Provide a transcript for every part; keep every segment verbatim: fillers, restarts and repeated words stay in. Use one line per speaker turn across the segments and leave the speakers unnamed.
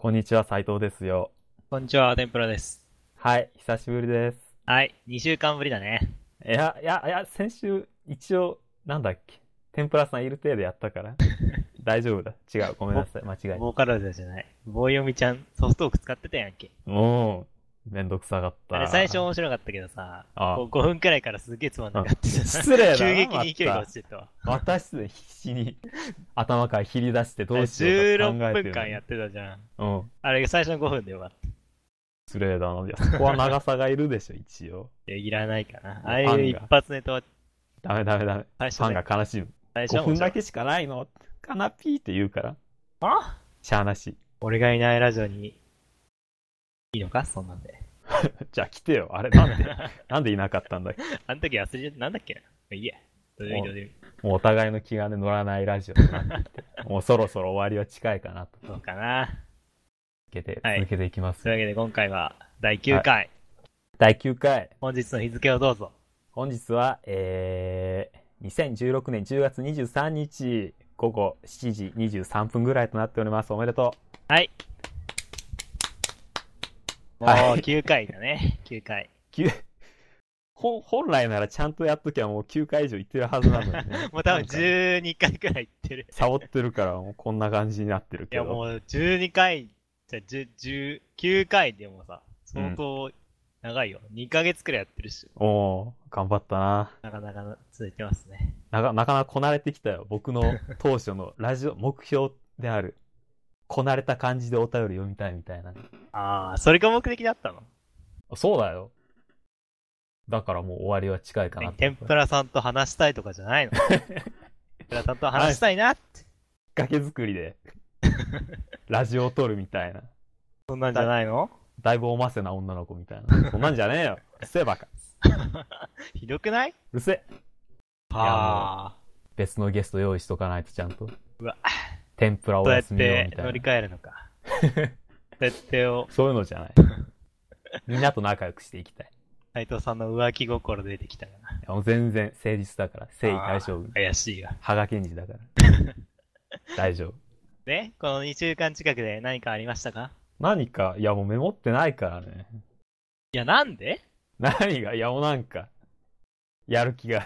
こんにちは、斉藤ですよ。
こんにちは、天ぷらです。
はい、久しぶりです。
はい、にしゅうかんぶりだね。
いや、いや、いや、先週、一応、なんだっけ。天ぷらさんいる程度やったから。大丈夫だ。違う、ごめんなさい、間違え
ボーカロイドじゃない。棒読みちゃん、ソフトオーク使ってたやんけ。
た。もう、めんどくさかった。
あれ最初面白かったけどさ、
あ
こうごふんくらいからすげえつまんなかったじゃん。
失礼だな。
急激に勢いが落ちてたわ。
私で必死に頭からひり出してどうしよ
16
うか考えてる。
分間やってたじゃん。
うん。
あれ最初のごふんでよかった。
失礼だな。いや、そこは長さがいるでしょ、一応。
いや、いらないかな。
ファンが
ああいう一発ネタは
ダメダメダメ。
最初
ファンが悲しむ。ごふんだけしかないのかなピーって言うから。
あ
しゃーなし。
俺がいないラジオに、いいのかそんなんで。
じゃあ来てよ。あれなんで、なんでいなかったんだっけ。
あの時忘れて、なんだっけいいや。どうでもいいどうでもいい。
もうお互いの気がね乗らないラジオになっていてもうそろそろ終わりは近いかなと。
そうかな。
続けて、
はい
続けていきます。
というわけで今回はだいきゅうかい。はい、
だいきゅうかい。
本日の日付をどうぞ。
本日は、えー、にせんじゅうろくねんじゅうがつにじゅうさんにちごごしちじにじゅうさんぷんぐらいとなっております。おめでと
う。はい。もうきゅうかいだね。きゅうかい。
きゅう本来ならちゃんとやっときゃもうきゅうかい以上行ってるはずなのにね。
もう多分じゅうにかいくらい行ってる。
サボってるからもうこんな感じになってるけど。
いやもうじゅうにかい、じゃじゅうきゅうかいでもさ、相当長いよ。うん、にかげつくらいやってるし。
おー、頑張ったな。
なかなか続いてますね。
なかなかなこなれてきたよ。僕の当初のラジオ目標である。こなれた感じでお便り読みたいみたいな。
ああ、それが目的だったの？
そうだよ。だからもう終わりは近いかなって。
天ぷらさんと話したいとかじゃないの？天ぷらさんと話したいなって。きっ
かけ作りでラジオを撮るみたいな。
そんなんじゃないの？
だいぶおませな女の子みたいな。そんなんじゃねえよ。うっせえバカ。
ひどくない？
うっせえ。
はあ。
別のゲスト用意しとかないとちゃんと。
うわ。
天ぷらお休みよみたいな。
どうやって乗り換えるのか。設定を。
そういうのじゃない。みんなと仲良くしていきたい。
斉藤さんの浮気心出てきたかな。
いやもう全然誠実だから。誠意大丈夫。
怪しいが。
羽賀健二だから。大丈夫。
で、このにしゅうかん近くで何かありましたか？
何か、いやもうメモってないからね。
いや、なんで？
何が、いやもうなんか、やる気が。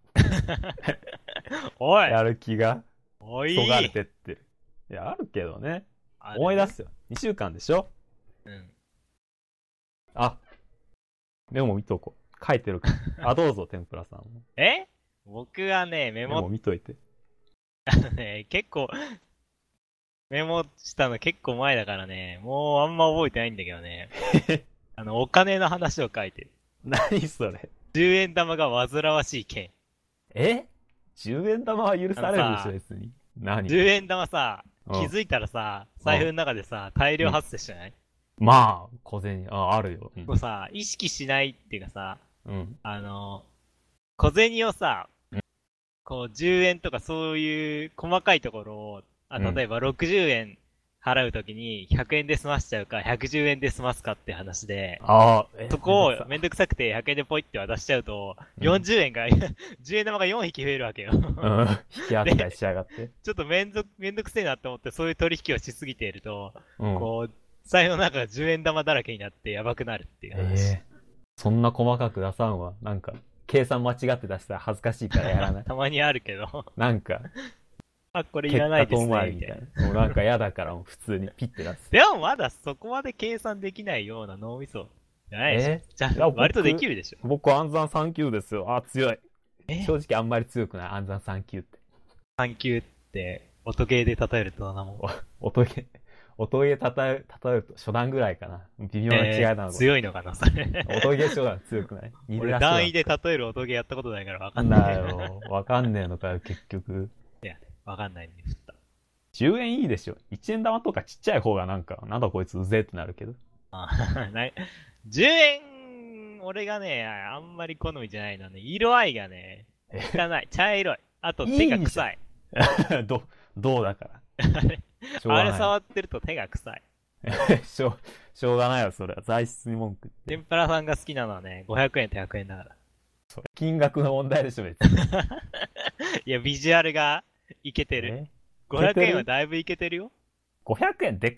おい
やる気が。
おい
そがれてってる。いや、あるけどね。思い出すよ。にしゅうかんでしょ？
うん。
あ、メモ見とこう。書いてるから。あ、どうぞ、天ぷらさんも。
え？僕はね、メモ、
メモ見といて。
あのね、結構、メモしたの結構前だからね、もうあんま覚えてないんだけどね。あの、お金の話を書いてる。
何それ。
じゅうえん玉が煩わしい件。
え ?じゅう 円玉は許されるでしょ、別に。何
?じゅう 円玉さ、
うん
気づいたらさ、財布の中でさ、大量発生してない？
まあ、小銭、あ、あるよ。うん
こうさ、意識しないっていうかさ、
うん。
あの、小銭をさ、
うん
こうじゅうえんとかそういう細かいところを、あ
うん
例えばろくじゅうえん払うときにひゃくえんで済ましちゃうかひゃくじゅうえんで済ますかって話で、
ああ、え
そこを
めんどくさ
めんどくさくてひゃくえんでポイって渡しちゃうと、
うん
よんじゅうえんが、じゅうえん玉がよんひき増えるわけよ。
うん。引き扱いしやがって。
ちょっとめんど、めんどくせえなって思ってそういう取引をしすぎていると、
うん。
こう、財布の中がじゅうえん玉だらけになってやばくなるっていう話。
ええそんな細かく出さんわ。なんか、計算間違って出したら恥ずかしいからやらない。
たまにあるけど、
なんか、
あ、これいらないです
結果遠回
ね、みたいな。
りみたいな。もうなんか嫌だからもう普通にピッて出す。
でもまだそこまで計算できないような脳みそじゃないでしょ。
え
じゃ
いや僕
あ割とできるでしょ。
僕暗算さん級ですよ。あ、強い。
え
正直あんまり強くない。暗算さん級って。
さん級って音ゲーで例えるとどんなもん？
お音ゲー、音ゲーたたえ、例えると初段ぐらいかな。微妙な違いなの、
えー強いのかな、それ。
音ゲー初段強くない？
俺段位で例える音ゲーやったことないからわかん
な
ない。
んだよ。わかんねえのかよ、結局。
いや、わかんないんで振った。
じゅうえんいいでしょ。いちえん玉とかちっちゃい方がなんか、なんだこいつうぜえってなるけど。
あなじゅうえん、俺がね、あんまり好みじゃないのはね、色合いがね、汚い。茶色い。あと手が臭い。
ど、どうだから。しょうがない
あれ触ってると手が臭い。
しょう、しょうがないよ、それは。材質に文句って。
天ぷらさんが好きなのはね、ごひゃくえんとひゃくえんだから。
それ、金額の問題でしょ、別に。
いや、ビジュアルがいけてる。
え
ごひゃくえんはだいぶいけてるよ。
ごひゃくえんでかい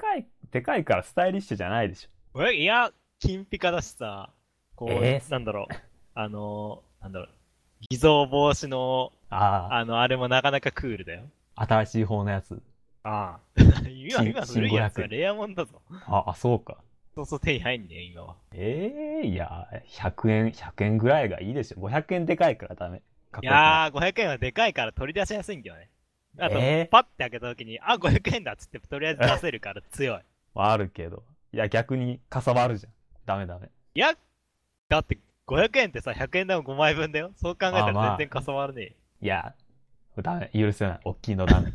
でかいからスタイリッシュじゃないでしょ。
え、いや、金ピカだしさ、こう、
えー
なんだろう、あの、なんだろう、偽造防止の、
あ
あの、あれもなかなかクールだよ。
あ、新しい方のやつ。
ああ。今、
新
今古いやつ
新ごひゃくえん
はレアもんだぞ。
あ、あ、そうか。
そうそう手に入んねえ、今は。
ええー、いや、ひゃくえん、ひゃくえんぐらいがいいでしょ。ごひゃくえんでかいからダメ。かっこよくない
いやー、ごひゃくえんはでかいから取り出しやすいんだよね。あと、
えー
パッて開けた時に、あ、ごひゃくえんだっつってとりあえず出せるから強い。
はあるけど。いや、逆にかさばるじゃん。ダメダメ。
いや、だってごひゃくえんってさ、ひゃくえん玉ごまいぶんだよ。そう考えた
あまあ
ら全然かさばらねえ。
いや、ダメ。許せない。大きいのダメ。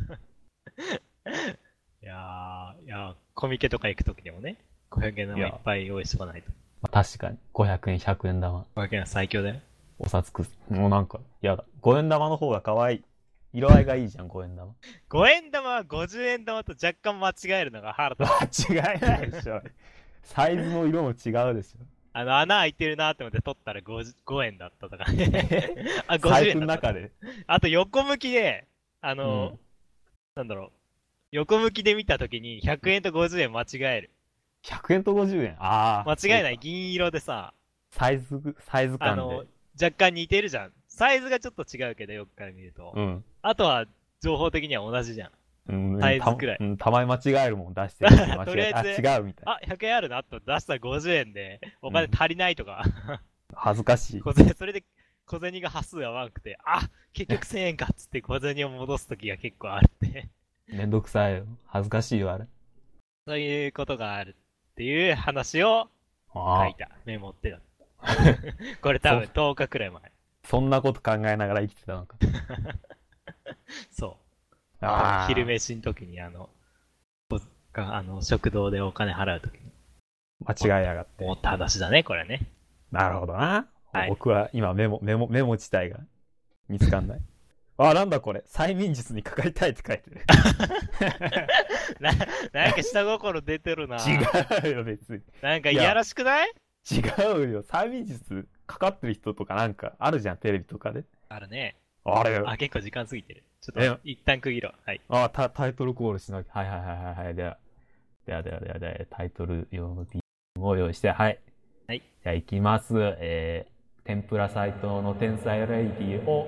いやー、いやー、コミケとか行くときでもね、ごひゃくえん玉いっぱい用意しとかないと。
まあ、確かに。ごひゃくえん、ひゃくえん玉。
ごひゃくえんは最強だよ。
お札くす。もうなんか、やだ。ごえん玉の方が可愛い。色合いがいいじゃん、ごえん玉。
ごえん玉はごじゅうえん玉と若干間違えるのが腹立つ。
間違いないでしょ。サイズの色も違うでしょ。
あの、穴開いてるなーって思って取ったらごじゅうごえんだったとかね。あ、ごじゅう
財布の
えんだった。
中で。
あと横向きで、あの、
うん
なんだろう。横向きで見たときにひゃくえんとごじゅうえん間違える。
ひゃくえんとごじゅうえん。ああ。
間違えない。
そうか
銀色でさ、
サイズ、サイズ感
あの、
で。
若干似てるじゃん。サイズがちょっと違うけど、よくから見ると。
うん。
あとは、情報的には同じじゃん。
うん、
サイズくらい
たうん、たまに間違えるもん、出してる。間違え
とりあえず
あ、違うみたいな。
あ、ひゃくえんあるなと出したらごじゅうえんで、お金足りないとか。
恥ずかしい。
小銭、それで小銭が端数合わなくて、あ、結局せんえんかっつって小銭を戻すときが結構あるって。
めんどくさいよ。恥ずかしいよ、あれ。
そういうことがあるっていう話を
ああ
書い。た。メモってた。これ多分とおかくらい前。
そんなこと考えながら生きてたのか。
そう。
ああ。
昼飯の時にあの、ぼがあの、食堂でお金払う時に。
間違えやがって
思。った話だね、これね。
なるほどな。
はい
僕は今メモ、メモ、メモ自体が見つかんない。あ、なんだこれ。催眠術にかかりたいって書いてる。
な、なんか下心出てるな。
違うよ、別に。
なんかいやらしくない？
違うよ。催眠術かかってる人とかなんかあるじゃん、テレビとかで。
あるね。
あれ
あ、結構時間過ぎてる。ちょっ
え
と、一旦区切ろう。はい。
あタ、タイトルコールしなきゃ。はいはいはいはいはい。では、ではではではでは、タイトル用の ビージーエム を用意して、はい。
はい。
じゃあ行きます。えー、天ぷら斎藤の天才レイディを、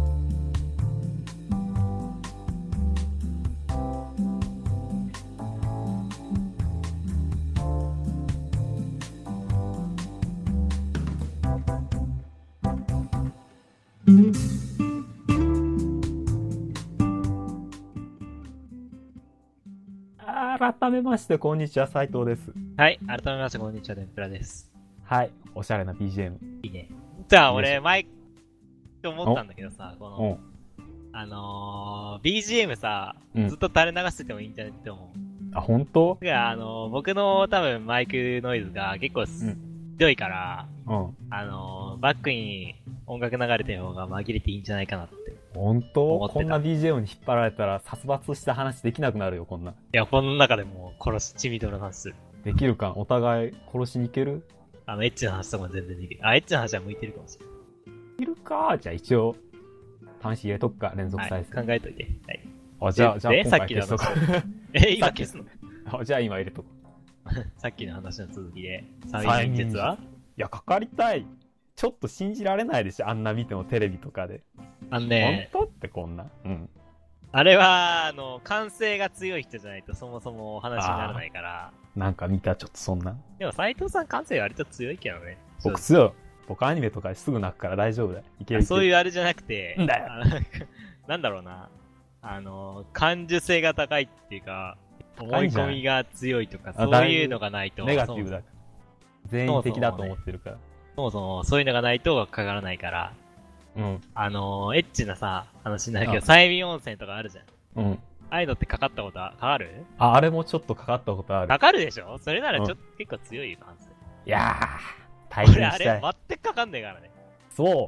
改めまして、こんにちは、斉藤です。
はい。改めまして、こんにちは、天ぷらです。
はい。おしゃれな ビージーエム。
いいね。じゃあ、俺、
いいでしょ
前、って思ったんだけどさ、こ
う
の、
ん。
あのー、ビージーエム さ、
うん
ずっと垂れ流しててもいいんじゃないって思う。
あ、本当？
いや、あのー、僕の多分マイクノイズが結構す、強いから、
うん。
あのー、バックに音楽流れてる方が紛れていいんじゃないかなって。
本
思ってた
当？こんな ビージーエム に引っ張られたら殺伐した話できなくなるよ、こんな。
いや、この中でもう殺し、血みどろの話する。
できるかお互い殺しに行ける？
あの、エッチな話とかも全然できる。あ、エッチな話は向いてるかもしれない。
いるかじゃあ一応、試し入れとくか、連続再生。
はい、考えといて。はい。
あ、じゃあ、じゃあ
で
今回
さっきの
消しとく。
え、今消すの
あ、じゃあ今入れとく。
さっきの話の続きで、催眠術はい
や、かかりたい。ちょっと信じられないでしょ、あんな見てもテレビとかで。
あのね、
本当ってこんな。うん。
あれは、あの、感性が強い人じゃないとそもそもお話にならないから。
なんか見た、ちょっとそんな。
でも斎藤さん感性割と強いけどね。
僕強い。僕アニメとかですぐ泣くから大丈夫だよ。いけるいける。
そういうあれじゃなくて、
んだよ
あのなんだろうな。あの、感受性が高いっていうか、思い込みが強いとか、
あ
そういうのがないと。
ネガティブだから。全員的だと思ってるから。
そもそもそういうのがないとかからないから、
うん。
あのー、エッチなさ、話になるけど、催眠温泉とかあるじゃん。
うん。
ああいうのってかかったことは、かかる
あ、あれもちょっとかかったことある。
かかるでしょそれならちょっと、うん、結構強いよ、感性。
いやー、大変したい。
俺、あれ、全くかかんねえからね。
そう。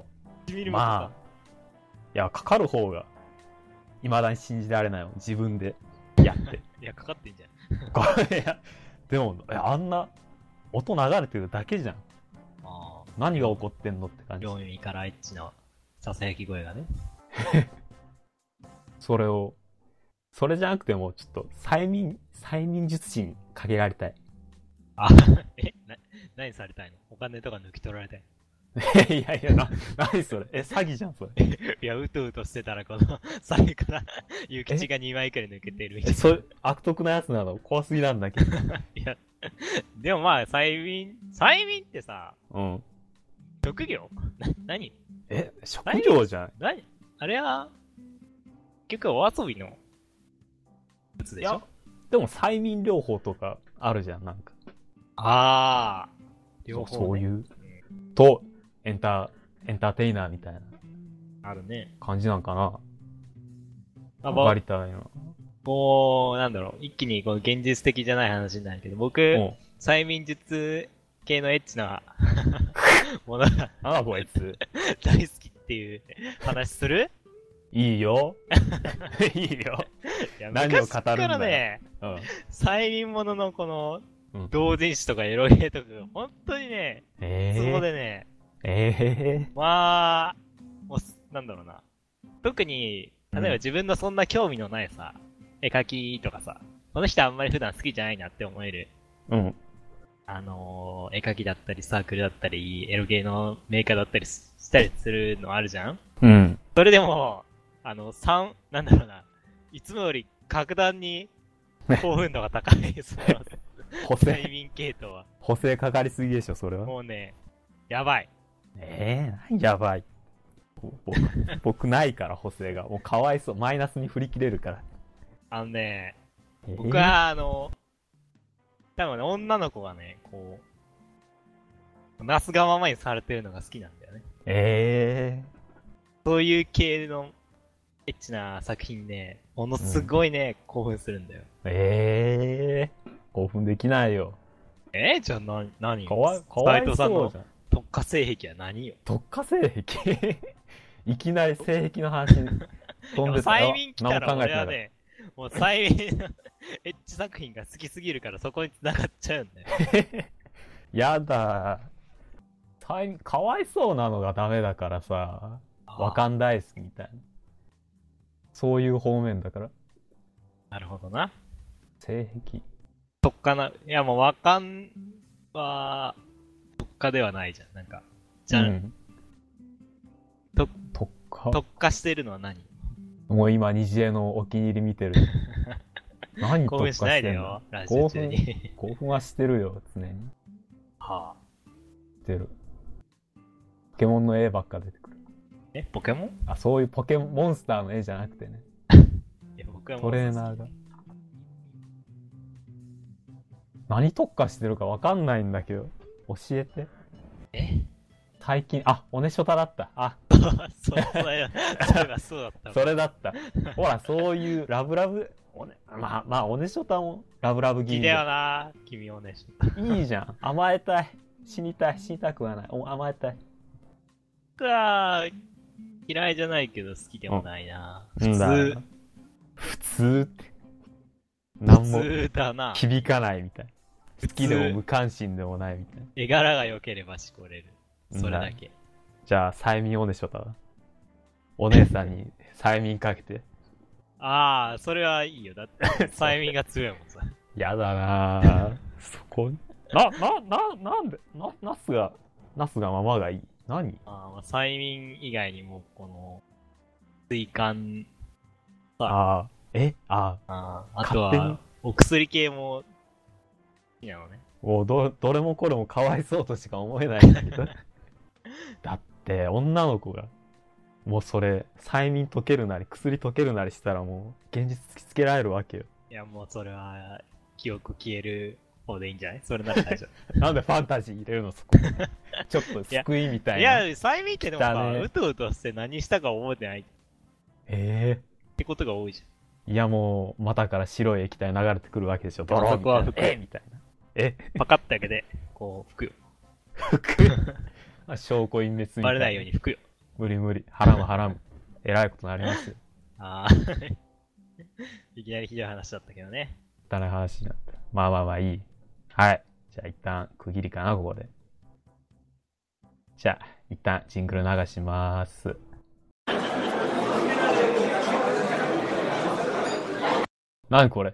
しみるも
まあ、いや、かかる方が、未だに信じられないもん。自分でやって。
いや、かかってんじゃん。
これ、いや、でも、あんな、音流れてるだけじゃん。
あ
何が起こってんのって感じ。
両耳からエッチの囁き声がね。
それを、 それじゃなくても、ちょっと、催眠、催眠術師にかけられたい。
あ、え、な、何されたいの？お金とか抜き取られたい
いやいや、な、何それ。え、詐欺じゃん、それ。
の？いや、うとうとしてたら、この、最から、諭吉がにまいくらい抜けてるみた
え、
い
そう、悪徳なやつなの怖すぎなんだけど。
な。いや、でもまあ、催眠、催眠ってさ、
うん。
職業な、何
え、職業じゃん。
何あれは、結局お遊びの、やつでしょ？
いや、でも催眠療法とかあるじゃん、なんか。
ああ、両方、ね。
そう、そういう。と、エンター、エンターテイナーみたいな
あるね。
感じなんかな。
あ、
わかりたいな。
こう、なんだろう、一気にこう現実的じゃない話になるけど、僕、催眠術系のエッチなものが
ああ、こいつ。
大好きっていう話する？
いいよ。いいよ。
いや、
何を語るんだよ。
昔からね、
うん。
催眠もののこの、
うん
同人誌とかエロゲーとかが本当にね、
ええー。
そこでね、
ええー。
まあ、もう、なんだろうな。特に、例えば
うん
自分のそんな興味のないさ、絵描きとかさ、この人あんまり普段好きじゃないなって思える、
うん。
あのー、絵描きだったりサークルだったり、エロゲーのメーカーだったりしたりするのあるじゃん？
うん。
それでも、あの、三、なんだろうな、いつもより格段に興奮度が高い、その、
補正、
催眠系統は。
補正かかりすぎでしょ、それは。
もうね、やばい。
ええー、何やばい。僕、僕ないから補正が。もうかわいそう。マイナスに振り切れるから。
あのね、
えー、
僕はあの、多分ね、女の子がね、こう、なすがままにされてるのが好きなんだよね。
ええ
そういう系のエッチな作品ね、ものすごいね、興奮するんだよ。
ー、ええー、興奮できないよ。
えー、じゃあな、何
かわい、かわいそうじゃん。
特化性癖は何よ？
特化性癖いきなり性癖の話に飛んでた。
催眠来たら
何も考えてなかっ
俺はね、もう催眠のエッチ作品が好きすぎるからそこに繋がっちゃうんだよ。
やだ。催眠、かわいそうなのがダメだからさ、わかん大好きみたいな。そういう方面だから。
なるほどな。
性癖。
特化な、いやもうわかんは、特化ではないじゃん。なんか、じゃん、うん、と
特化
特化してるのは何？
もう今、虹江のお気に入り見てる。何特化してんの？興奮しないでよ、ラジオ中に。興奮はしてるよ、常に。
はあ。
してる。ポケモンの絵ばっか出てくる。
え、ポケモン？
あ、そういうポケモン、モンスターの絵じゃなくてね。
いや、僕は
トレーナーが。何特化してるかわかんないんだけど。教えて。
え？
最近、あ、おねしょただった。あ、
そうだよ。それがそうだった。
それだった。ほら、そういうラブラブ、おね、まあ、まあ、おねしょたもラブラブ気味
だよな、君おねしょ
た。いいじゃん。甘えたい。死にたい。死にたくはない。お甘えたい。
僕は、嫌いじゃないけど好きでもないな。
うん、
普通。
普通って。なんも
普通だな。
響かないみたい。好きでも無関心でもないみたいな。
絵柄が良ければしこれる。それだけ。
じゃあ、催眠おねしょただ。お姉さんに催眠かけて。
ああ、それはいいよ。だって、催眠が強いもんさ。
やだなぁ。そこ、な、な、な、なんで、な、ナスが、ナスがままがいい。何？
ああ、催眠以外にも、この、水管、
ああ、えあ
ああ、あとは、お薬系も、好きなのね。
もうど、どれもこれもかわいそうとしか思えないんだけど。だって、女の子が、もうそれ、催眠解けるなり、薬解けるなりしたらもう、現実突きつけられるわけよ。
いや、もうそれは、記憶消える方でいいんじゃない？それなら大丈夫。
なんでファンタジー入れるの、そこ。ちょっと救いみたいな。
いや、催眠ってでもさ、うとうとして何したか覚えてない。
ええー。
ってことが多いじ
ゃん。いや、もう、股から白い液体流れてくるわけでしょ。ドローンみたいな。えみたいな。え
パカッて開けて、こう、拭くよ。
拭く証拠隠滅みたいな。
バレないように拭くよ。
無理無理。ハラムハラム。えらいことになりますよ。
ああ。いきなりひどい話だったけどね。
汚い話になった。まあまあまあいい。はい。じゃあ一旦区切りかな、ここで。じゃあ、一旦ジングル流します。 何これ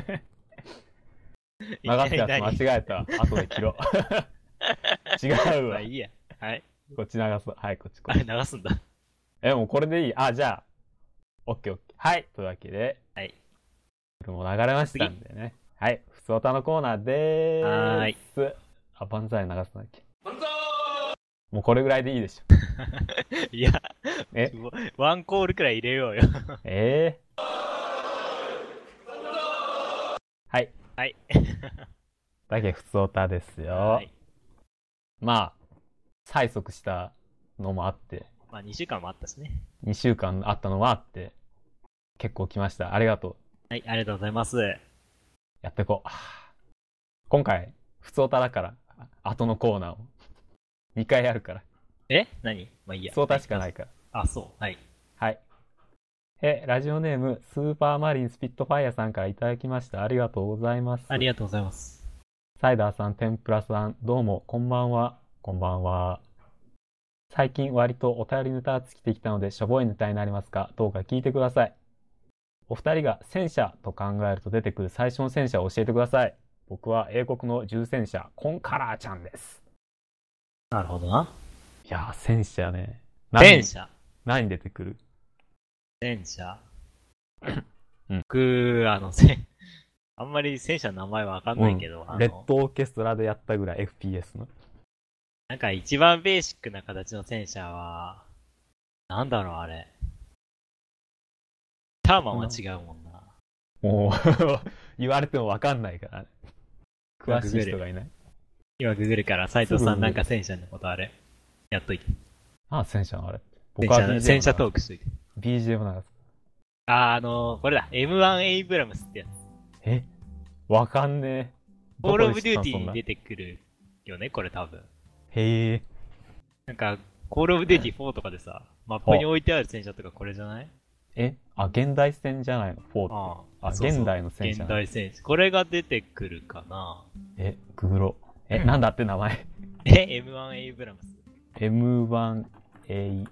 流すやつ
何
間違えた。後で切ろう。違うわ。
まあいいや。はい。
こっち流す。はい、こっちこ
あれ
っち。
流すんだ。
え、もうこれでいい。あ、じゃあ、オッケーオッケー。はい。というわけで、
はい。
これも流れましたんでね。はい。ふつおたのコーナーで
はーい。
ーす。あ、万歳流すんだっけ。もうこれぐらいでいいでしょ。
いや、
え
ワンコールくらい入れようよ。
えー、はい。
はい。
だけふつおたですよ。
はい。
まあ、催促したのもあって、
まあにしゅうかんもあったしね。
にしゅうかんあったのもあって、結構来ました。ありがとう。
はい、ありがとうございます。
やってこう。今回、ふつおただから、後のコーナーをにかいやるから。
え何まあいいや。
ふつおたしかないから。
あ、そう。はい。
はい。え、ラジオネーム、スーパーマリンスピットファイアさんからいただきました。ありがとうございます。
ありがとうございます。
サイダーさん、天ぷらさん、どうも、こんばんは。こんばんは。最近割とお便りネタが尽きてきたので、しょぼいネタになりますが、どうか聞いてください。お二人が戦車と考えると出てくる最初の戦車を教えてください。僕は英国の重戦車、コンカラーちゃんです。
なるほどな。
いやー、戦車ね。
戦車。
何出てくる？
戦車。
うん、
僕、あの、せ、あんまり戦車の名前はわかんないけど、
うん、レッドオーケストラでやったぐらい エフピーエス の。
なんか一番ベーシックな形の戦車は、なんだろうあれ。ターマンは違うもんな。
もう言われてもわかんないからね。詳しい人がいない。
今ググるから斉藤さんなんか戦車のことあれやっといて。
ああ、戦車のあれ。僕は ビージーエム
戦車トークしといて。
ビージーエム 流す。
あー、あのー、これだ。エムワン エイブラムスってやつ。
えわかんねえ。
コールオブデューティーに出てくるよね、これ多分。
へえ。
なんか、コールオブデューティーフォーとかでさ、マップに置いてある戦車とかこれじゃない？
えあ、現代戦じゃないの？フォーって。ああ、そうそう現代の戦車。
現代戦車。これが出てくるかな。
え、ググロ。え、なんだって名前
え、エムワン エイブラムス。
エムワン エイ、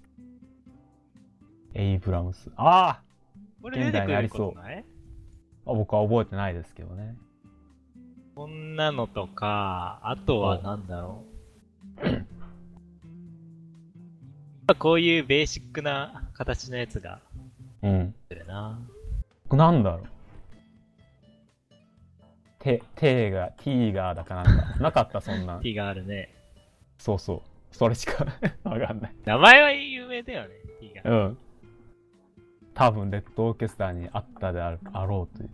エイブラムス。ああ
これ出てくることない？
あ、僕は覚えてないですけどね。
こんなのとか、あとはなんだろう。こういうベーシックな形のやつが。
うん。
出るな。
なんだろう。テ、テーが、ティーガーだかなんか。なかった、そんな。
ティーがあるね。
そうそう。それしかわかんない。
名前は有名だよね、ティーガー。
うん。多分、レッドオーケストラにあったであるあろうという。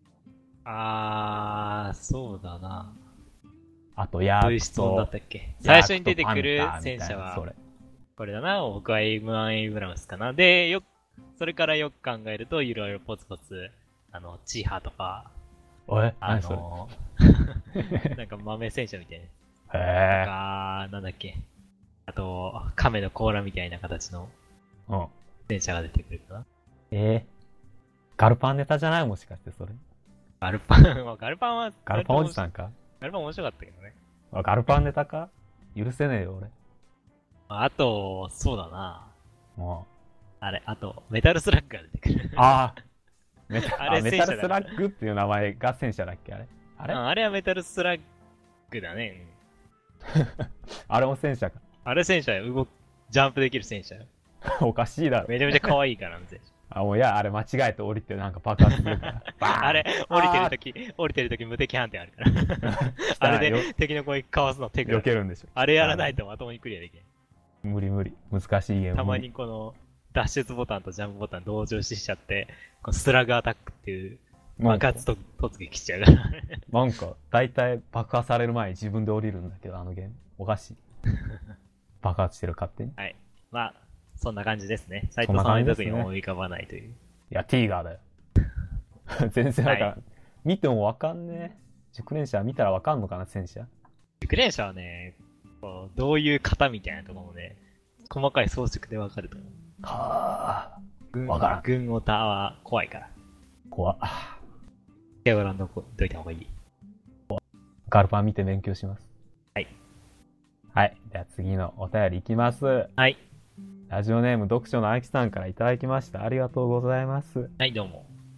あー、そうだな。
あと、ヤークト。
どういう質問だったっけ？最初に出てくる戦車は、
それ
これだな。僕は エムワン エイブラムスかな。で、よそれからよく考えると、いろいろポツポツ、あの、チーハとか、
え
あの、なんか豆戦車みたいな。
へ
とか、なんだっけ。あと、亀の甲羅みたいな形の戦車が出てくるかな。うん、
えー、ガルパンネタじゃない？もしかしてそれ。
ガルパン、ガルパンは、
ガルパンおじさんか？
ガルパン面白かったけどね。
ガルパンネタか？許せねえよ、俺。
あと、そうだな。
もう。
あれ、あと、メタルスラッグが出てくる。
ああ。メタ
あれ
メタルスラッグっていう名前が戦車だっけあれあれ、
うん、あれはメタルスラッグだね。
あれも戦車か。
あれ戦車よ。動く、ジャンプできる戦車よ。
おかしいだろ。
めちゃめちゃ可愛いから、戦車。
あ、もういや、あれ間違えて降りてなんか爆発するから。
あれ、降りてるとき、降りてるとき無敵判定あるから。あれで敵の攻撃かわすの手ぐらい。
避けるんでしょ。
あれやらないとまともにクリアできない。
無理無理。難しいゲーム。
たまにこの、脱出ボタンとジャンプボタン同時しちゃって、このスラグアタックっていう爆発と突撃しちゃうから。
なんか、だいたい爆破される前に自分で降りるんだけど、あのゲーム。おかしい。爆発してる勝手に。
はい。まあ、そんな感じですね。斉藤さんは特に思い浮かばないという。い
や、ティーガーだよ。全然わからん。はい、見てもわかんねえ。熟練者見たらわかんのかな、戦車。
熟練者はね、こうどういう型みたいなところもね、細かい装飾でわかると思う。
は
ぁ。わからん。軍オタは怖いから。
怖っ。
手をご覧どいた方がいい。
ガルパン見て勉強します。
はい。
はい。では次のお便りいきます。
はい。
ラジオネーム読書のあきさんからいただきました。ありがとうございます。
はい、どうも。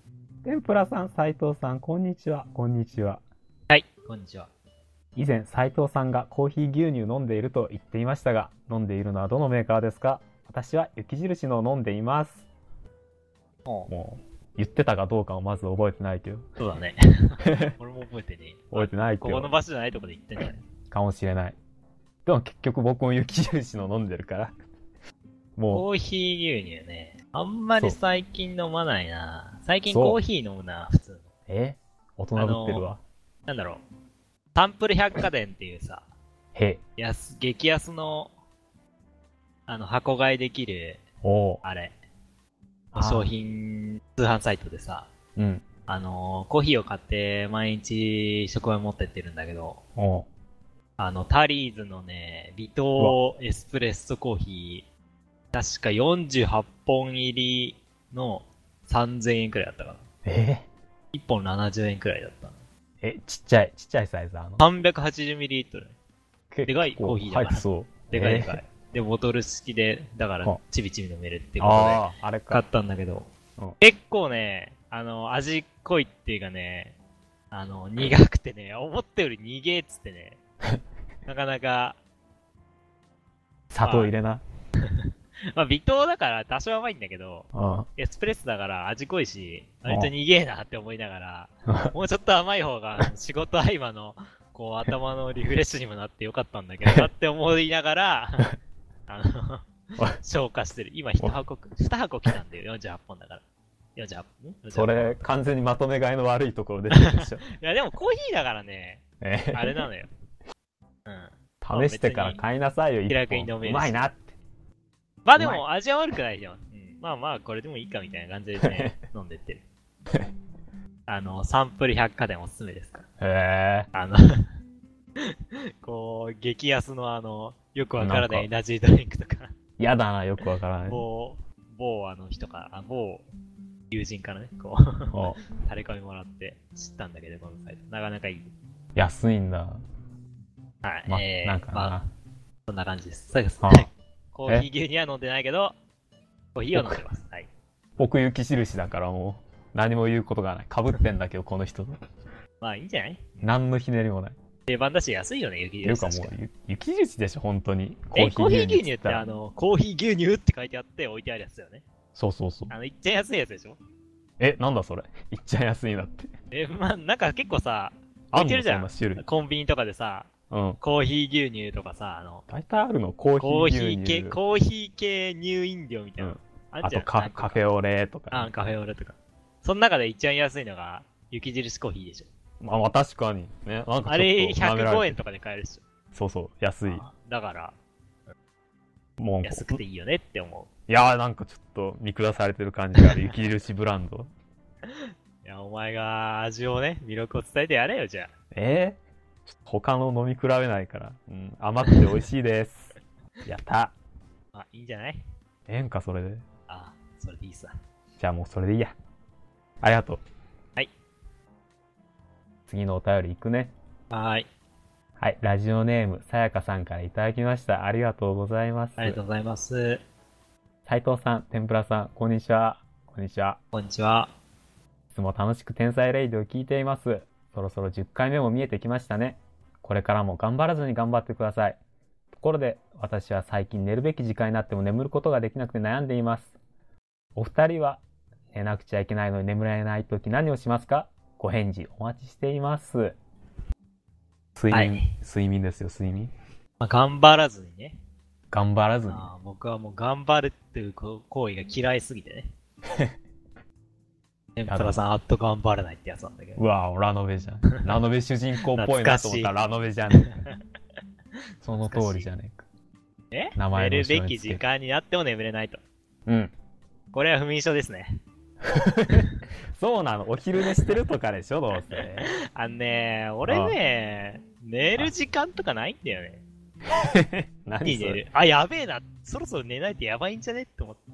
天ぷらさん、斉藤さん、こんにちは。こんにちは。
はい、こんにちは。
以前、斉藤さんがコーヒー牛乳飲んでいると言っていましたが、飲んでいるのはどのメーカーですか？私は雪印のを飲んでいます。もう、言ってたかどうかをまず覚えてないけど。
そうだね。俺も覚えてね。
覚えてないけど。
ここの場所じゃないとこで言ってんじゃない？
かもしれない。でも結局僕も雪印の飲んでるから。もう。
コーヒー牛乳ね。あんまり最近飲まないな。最近コーヒー飲むな、普通の。
え大人ぶってるわ。
なんだろう。サンプル百貨店っていうさ、
へ
安、激安の、あの、箱買いできる、
お
あれ、商品通販サイトでさ、
うん。
あの、コーヒーを買って毎日職場に持ってってるんだけど、
お
あの、タリーズのね、微糖エスプレッソコーヒー、確かよんじゅうはっぽん入りのさんぜんえんくらいだったかな。
え
いっぽんななじゅうえんくらいだったの。
え、ちっちゃい、ちっちゃいサイズあの。
さんびゃくはちじゅうミリリットル。でかいコーヒーだから。
入ってそう。
でかいでかい。で、ボトル式で、だから、ちびちび飲めるっていう
ことで、
あれ買ったんだけど、結構ね、あの、味濃いっていうかね、あの、苦くてね、思ったより苦えっつってね、なかなか、
砂糖入れな。
まあ、微糖だから多少甘いんだけど、
あ
エスプレッソだから味濃いし、割と苦えなって思いながら、もうちょっと甘い方が仕事合間の、こう頭のリフレッシュにもなってよかったんだけどなって思いながら、あの、消化してる。今一箱、二箱来たんだよ、よんじゅうはっぽんだから。よんじゅうはっぽん？
それ、完全にまとめ買いの悪いところ出てるでしょ。い
や、でもコーヒーだからね、えー、あれなのよ。
うん。試してから買いなさいよ、
気楽に飲める。
うまいなって。
まあでも味は悪くないじゃん。うん、まあまあこれでもいいかみたいな感じでね、飲んでってる。あの、サンプル百貨店おすすめですから。
へえ。
あの、こう、激安のあの、よくわからないエナジードリンクとか。
やだな、よくわからない。
某、某あの人から、某友人からね、こう、タレコミもらって知ったんだけど、このサイト。なかなかいい。
安いんだ。
はい。
ま、
えー、
なんかな、
まあ、そんな感じです。そうです。コーヒー牛乳は飲んでないけど、コーヒーは飲んでます。はい。
僕、雪印だからもう、何も言うことがない。被ってんだけど、この人と。
まあいいんじゃない？
何のひねりもない。
定番だし安いよね、雪印。
っていうかもう、雪印でしょ、本当に。
え、コーヒー牛乳ってあの、コーヒー牛乳って書いてあって置いてあるやつだよね。
そうそうそう。
あの、いっちゃん安いやつでしょ？
え、なんだそれ。いっちゃん安いなって。
え、まあ、なんか結構さ、置いてるじゃん。コンビニとかでさ、うん、コーヒー牛乳とかさ、あの、
大体あるの、コーヒー牛乳。コーヒー
系、コーヒー系乳飲料みたいな。うん、
あ, あとカ、カフェオレとか、
ね。あ、カフェオレとか。その中で一番安いのが、雪印コーヒーでしょ。
まあ、まあ、確かに。ね。なんか
あれ、ひゃくごえんとかで買えるでしょ。
そうそう、安い。
だから、
もう、
安くていいよねって思
う。いやー、なんかちょっと見下されてる感じがある。雪印ブランド。
いや、お前が味をね、魅力を伝えてやれよ、じゃあ。
えーちょっと他の飲み比べないから。うん。甘くて美味しいです。やった。
あ、いいんじゃない？
ええんか、それで。
あ、それでいいさ。
じゃあもうそれでいいや。ありがとう。
はい。
次のお便りいくね。
はーい。
はい。ラジオネーム、さやかさんからいただきました。ありがとうございます。
ありがとうございます。
斉藤さん、天ぷらさん、こんにちは。こんにちは。
こんにちは。
いつも楽しく天才レイディを聞いています。そろそろじゅっかいめも見えてきましたね。これからも頑張らずに頑張ってください。ところで、私は最近寝るべき時間になっても眠ることができなくて悩んでいます。お二人は寝なくちゃいけないのに眠れないとき何をしますか？ご返事お待ちしています。睡眠、はい、睡眠ですよ、睡眠。
まあ、頑張らずにね。
頑張らずに。
あ僕はもう頑張るっていう行為が嫌いすぎてね。天ぷらさん、あっと頑張らないってやつなんだけど。
うわぁ、ラノベじゃん。ラノベ主人公っぽいなと思ったらラノベじゃねえ。その通りじゃねえか。
え名前の寝るべき時間になっても眠れないと。
うん。
これは不眠症ですね。
そうなの、お昼寝してるとかでしょ、どうせ。
あのね、俺ね、寝る時間とかないんだよね。
何
寝るあ、やべえな。そろそろ寝ないとやばいんじゃねって思った。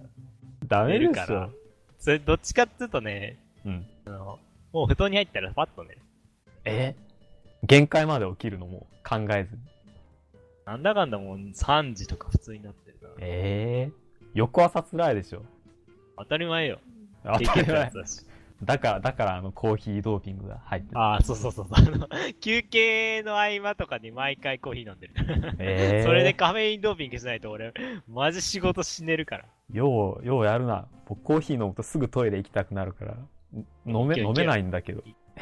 ダメですよ。
それどっちかっていうとね、うん。あの、もう布団に入ったらパッと寝る。
え限界まで起きるのも考えずに。
なんだかんだもうさんじとか普通になってるから。
ええー、翌朝辛いでしょ。
当たり前よ。
当たり前。 だから、だからあのコーヒードーピングが入ってる。
ああ、そうそうそう。あの、休憩の合間とかに毎回コーヒー飲んでる。
えー、
それでカフェインドーピングしないと俺、マジ仕事死ねるから。
よう、ようやるな。僕コーヒー飲むとすぐトイレ行きたくなるから、飲め、飲めないんだけど。
行って、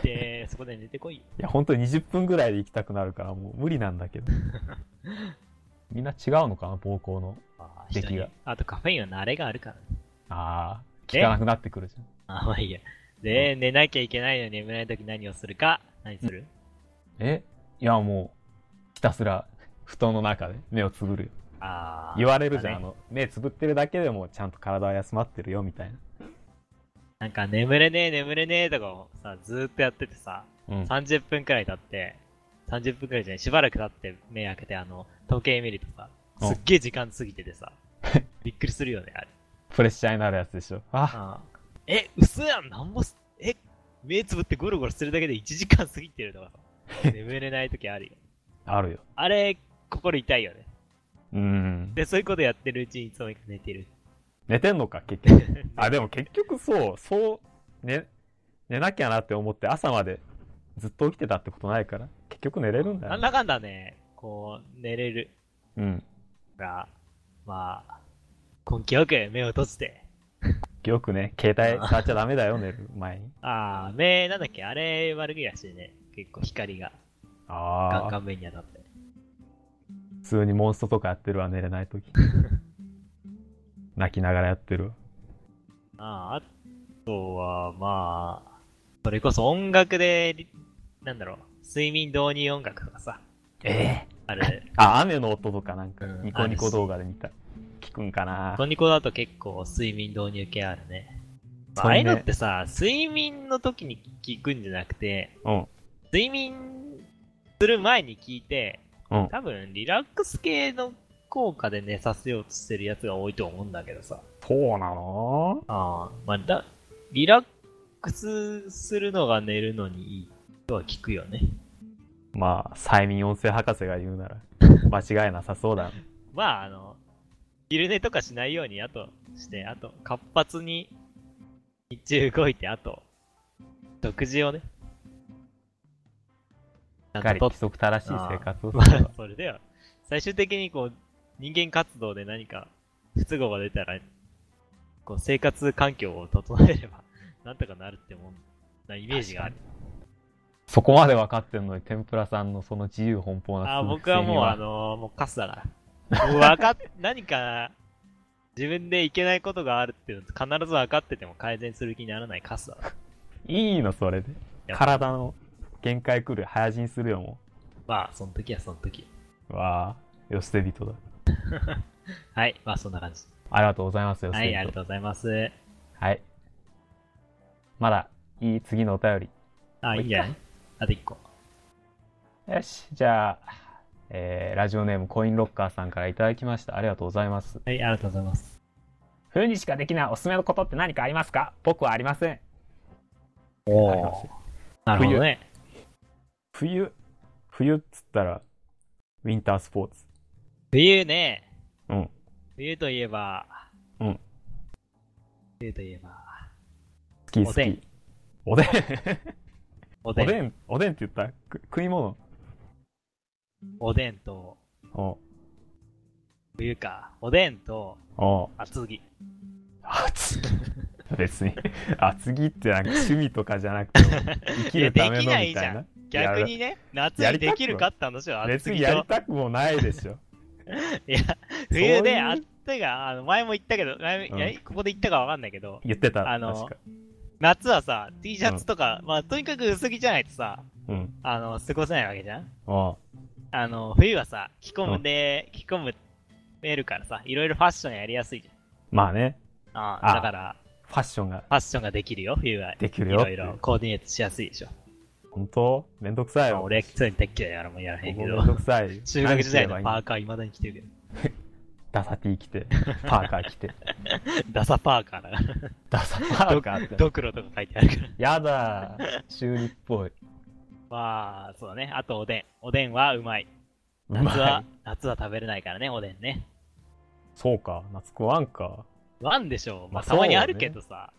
そこで寝てこい。
いや、ほんとにじゅっぷんぐらいで行きたくなるから、もう無理なんだけど。みんな違うのかな、膀胱の出来が。
あとカフェインは慣れがあるからね。
ああ、効かなくなってくるじゃん。
あ、まあいいや。で、寝なきゃいけないのに眠れないとき何をするか、何する？
えいや、もう、ひたすら布団の中で目をつぶるよ。
あ
言われるじゃん、
ね、
あの、目つぶってるだけでもちゃんと体は休まってるよ、みたいな。
なんか眠れねえ眠れねえとかをさ、ずーっとやっててさ、うん、さんじゅっぷんくらい経って、さんじゅっぷんくらいじゃない、しばらく経って目開けてあの、時計見るとさ、すっげえ時間過ぎててさ、びっくりするよね、あれ。
プレッシャーになるやつでしょ。あ
あえ、嘘やん、なんもす、え、目つぶってゴロゴロするだけでいちじかん過ぎてるとかさ、眠れない時あるよ。
あるよ。
あれ、心痛いよね。
うん。
で、そういうことやってるうちにいつの間にか寝てる。
寝てんのか、結局。あ、でも結局そう、そう、寝、寝なきゃなって思って朝までずっと起きてたってことないから、結局寝れるんだよ、ね。
なんだかんだね、こう、寝れる。
うん。
が、まあ、根気よく目を閉じて。
よくね、携帯触っちゃダメだよ、寝る前に。
ああ、目、なんだっけ、あれ悪いらしいね。結構光が。ああ。ガンガン目に当たって。
普通にモンストとかやってるわ、寝れないとき。泣きながらやってるわ。
ああ、あとは、まあ、それこそ音楽で、なんだろう、睡眠導入音楽とかさ。
ええ
ー、あれ。
あ、雨の音とかなんか、ニコニコ動画で見た。聞くんかな。
ニコニコだと結構睡眠導入系あるね。まあ、ああいうのってさ、睡眠の時に聞くんじゃなくて、
うん、
睡眠する前に聞いて、
うん、
多分リラックス系の効果で寝させようとしてるやつが多いと思うんだけどさ。
そうなの？
ああ、まあ、だ、リラックスするのが寝るのにいいとは聞くよね。
まあ、催眠音声博士が言うなら、間違いなさそうだね。
まあ、あの、昼寝とかしないように、あとして、あと、活発に日中動いて、あと、食事をね。
しっかり規則正しい生活を
する。まあ、それでは、最終的にこう、人間活動で何か不都合が出たら、こう、生活環境を整えれば、なんとかなるってもんなイメージがある。
そこまで分かってんのに、天ぷらさんのその自由奔放な。
あ、僕はもうあのー、もうカスだから。もう分かっ、何か、自分でいけないことがあるっていうの必ず分かってても改善する気にならないカスだな。
いいの、それで。体の限界来る、早死にするよ、も
う。まあ、その時はその時。
わあ、よ捨て人だ。
はい、まあそんな感じ。
ありがとうございます、よ捨て人。
はい、ありがとうございます。
はい。まだ、いい次のお便り。
あ、いいんじゃない？あと一個。
よし、じゃあ、えー、ラジオネームコインロッカーさんからいただきました。ありがとうございます。
はい、ありがとうございます。
冬にしかできないおすすめのことって何かありますか？僕はありません。
おー。なるほどね。
冬。冬っつったら、ウィンタースポーツ。
冬ね。
うん。
冬といえば。
うん。
冬といえば。
スキースキー。おでん。
おでん。
おでん、おでんって言った食い物。
おでんと、
お
冬か。おでんと、
お
厚着。
厚着別に、厚着ってなんか趣味とかじゃなくて、生きるためのみたいな。いや、できないじゃん。
逆にね、夏にできるかって話は
別にやりたくもないでしょ。
いや、冬で、あったが、あの、前も言ったけど、前、うん、いや、ここで言ったかわかんないけど、
言ってた。
あの、夏はさ、T シャツとか、うん、まあ、とにかく薄着じゃないとさ、
うん、
あの、過ごせないわけじゃん。
あ
あの、冬はさ、着込むで、着込む、めるからさ、いろいろファッションやりやすいじゃん。
まあね。
ああ、だから、
ファッションが。
ファッションができるよ、冬は。
できるよ。
いろいろコーディネートしやすいでしょ。
本当？めんどくさいよ。
俺、普通に大嫌いやからもうやらへんけど。
めんどくさい。
中学時代のパーカー未だに着てるけど。
ダサ T 着て、パーカー着て。
ダサパーカーだから。
ダサパーカーって。
ドクロとか書いてあるから。
やだー。中二っぽい。
まあ、そうだね。あとおでん。おでんはうまい。夏は、夏は食べれないからね、おでんね。
そうか。夏食わんか。
ワンでしょ。まあ、たまにあるけどさ。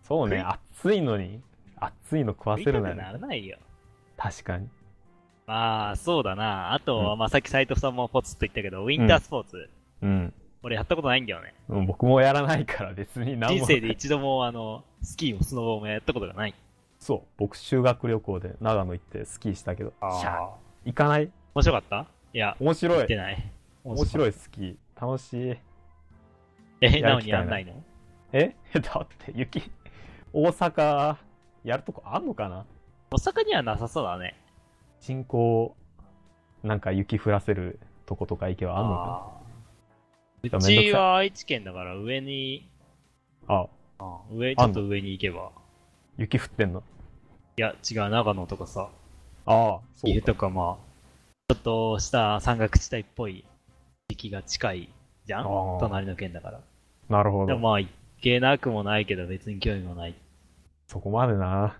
そうね、暑いのに、暑いの食わせるなよ。
食いたくならないよ。
確かに。
まあ、そうだな。あとは、
うん
まあさっき斉藤さんもポツッと言ったけど、ウィンタースポーツ。
うん。
俺やったことないんだよね。
うん、僕もやらないから別に何も。
人生で一度もあの、スキーもスノボーもやったことがない。
そう。僕修学旅行で長野行ってスキーしたけど。
あ
シャー行かない？
面白かった？いや、
面白い。
行ってない。
面白
い。
いスキー。楽しい。
え、なのに
やる機会
やんないの？
えだって雪、大阪、やるとこあんのかな？
大阪にはなさそうだね。
人口、なんか雪降らせるとことか行けばあんのか
うちは愛知県だから上に、
な？あ、
あ上、ちょっと上に行けば。
雪降ってんの？
いや、違う、長野とかさ、
ああ、そう
岐阜
か。
とかまあ、ちょっとした山岳地帯っぽい時期が近いじゃん
あー
隣の県だから。
なるほど。
でもまあ、行けなくもないけど別に興味もない。
そこまでな。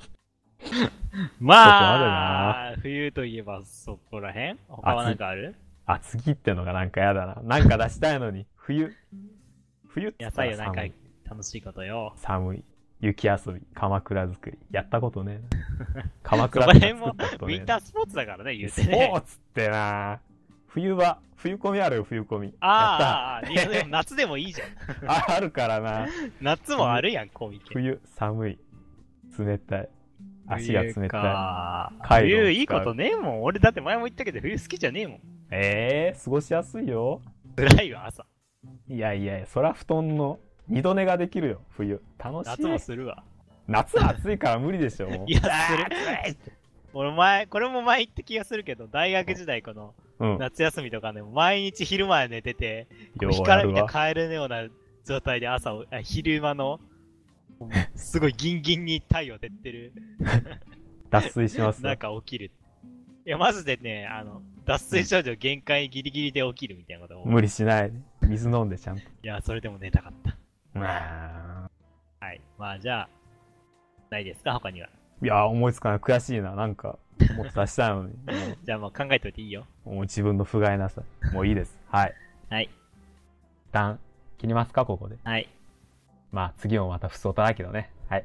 まあ、冬といえばそこら辺他はなんかある？
あ、次ってのがなんかやだな。なんか出したいのに、冬。冬って言った
野菜よ、なんか
ら寒い。
楽しいことよ。
寒い。雪遊び、鎌倉作り。やったことねえな。鎌
そ
倉
こら辺も
作ったこと
ウ
ねえな。
ィンタースポーツだからね、言うて
スポ
ね。
ーツってな。冬は、冬込みあるよ、冬込み。
ああ、
やっ
いやでも夏でもいいじゃん。
た。あ、あるからな。
夏もあるやん、コミケ。
冬、寒い。冷たい。足が冷
冬
た
か
い。カイロを使う
冬いいことねえもん。俺だって前も言ったけど冬好きじゃねえもん。
ええー、過ごしやすいよ。
辛いよ、朝。
いやいやいや、そら布団の二度寝ができるよ、冬。楽しい。
夏もするわ。
夏は暑いから無理でしょ、もう。
いや、する。
暑いって
俺前、これも前言った気がするけど、大学時代この、
うん。
夏休みとかね、毎日昼前寝てて、
よう
日から
やるわ。
見て帰れるような状態で朝を、あ昼間の、すごいギンギンに太陽照ってる、
脱水します
なんか起きる。いや、マジでね、あの、脱水症状限界ギリギリで起きるみたいなことを。
無理しないで。水飲んでちゃんと。
いや、それでも寝たかった。
まあ。
はい。まあ、じゃあ、ないですか他には。
いや、思いつかない。悔しいな。なんか、もっと出したいのに。も
じゃあもう考えといていいよ。
う、もう自分の不甲斐なさ。もういいです。はい。
はい。
一旦、切りますか、ここで。
はい。
まあ、次もまた不相だけどね。はい。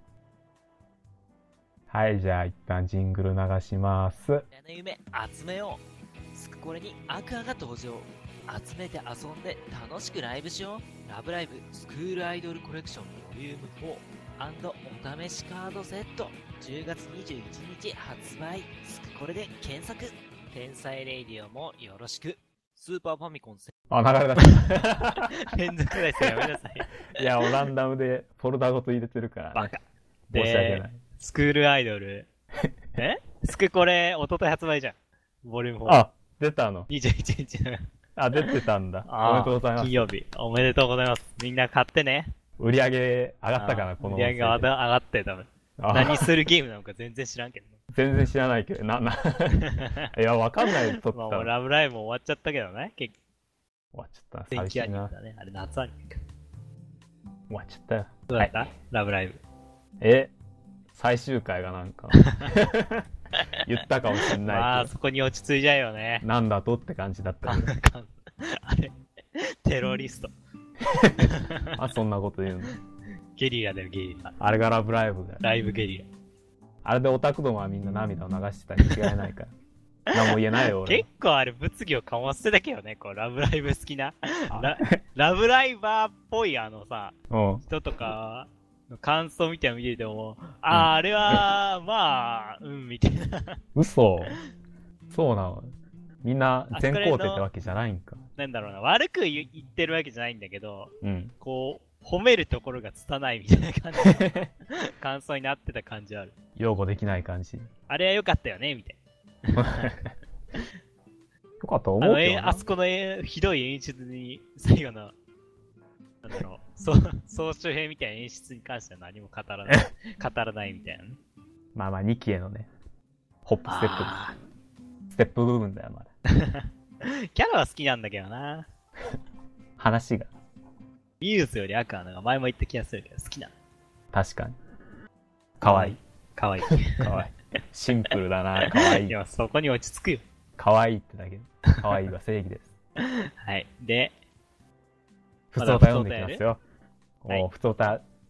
はい、じゃあ一旦ジングル流します。
あの夢集めよう。スクコレにアクアが登場。集めて遊んで楽しくライブしよう。ラブライブスクールアイドルコレクションボリュームフォーお試しカードセットじゅうがつにじゅういちにち発売。スクコレで検索。天才レイディオもよろしく。スーパーファミコンせ
あ、流れ出した。
連続ですよ、やめなさい。
いや、ランダムでフォルダごと入れてるからね。
バカ。
申し訳ない。
スクールアイドル。えスクコレ、おととい発売じゃん。ボリュームフォー。
あ、出たの。
にじゅういちにち。
あ、出てたんだ。
あ
おめでとうございます
金。曜日。おめでとうございます。みんな買ってね。
売り上げ上がったかな、この
売り上げが上
音声で
がって多分。
あ
何するゲームなのか全然知らんけど。
全然知らないけど、な、な、いや、わかんないで撮った
まあ、
の。
もうラブライブも終わっちゃったけどね。結
終わっちゃった。
天気ア
寂しいな。終
ニメだね。あれ夏アニメか。
わっちゃったよ。
どうだった、ラブライブ。
え、最終回がなんか、言ったかもしん
まあ、
ないけ
そこに落ち着いちゃうよね
ど、。なんだとって感じだった
かん
けど。
かんあれ、テロリスト。
あ、そんなこと言うの。
ゲリラだよ、ゲリラ。
あれがラブライブだよ。
ライブゲリラ。
あれでオタクどもはみんな涙を流してたに違いないから。何も言えないよ、俺
結構あれ物議を醸してたけどね、こう、ラブライブ好きな。
は。
ララブライバーっぽいあのさ、
うん。
人とか、の感想みたいなの見てても、あー、あれは、まあ、うん、みたいな。
嘘。そうなの。みんな全肯定って
あそこら辺の
わけじゃないんか。
なんだろうな、悪く言言ってるわけじゃないんだけど、
うん。
こう、褒めるところが拙いみたいな感じの感想になってた感じある。
擁護できない感じ。
あれは良かったよね、みたいな。
よかったと
あの、
思うけどな。
えあそこのえひどい演出に、最後の、なんだろう、そう、総集編みたいな演出に関しては何も語らない、語らないみたいなね。
まあまあにきへのね、ホップステップ
あ
ステップ部分だよ、まだ。
ーキャラは好きなんだけどな。
話が。
ミューズよりアクアのが前も言った気がするけど、好きなの。
確かに。かわいい。
かわいい。
かわいい。シンプルだな、かわいい。
いや、そこに落ち着くよ。
かわいいってだけで。かわいいは正義です。
はい。で、
ふつおた読んでいきますよ。
はい
おふつおた、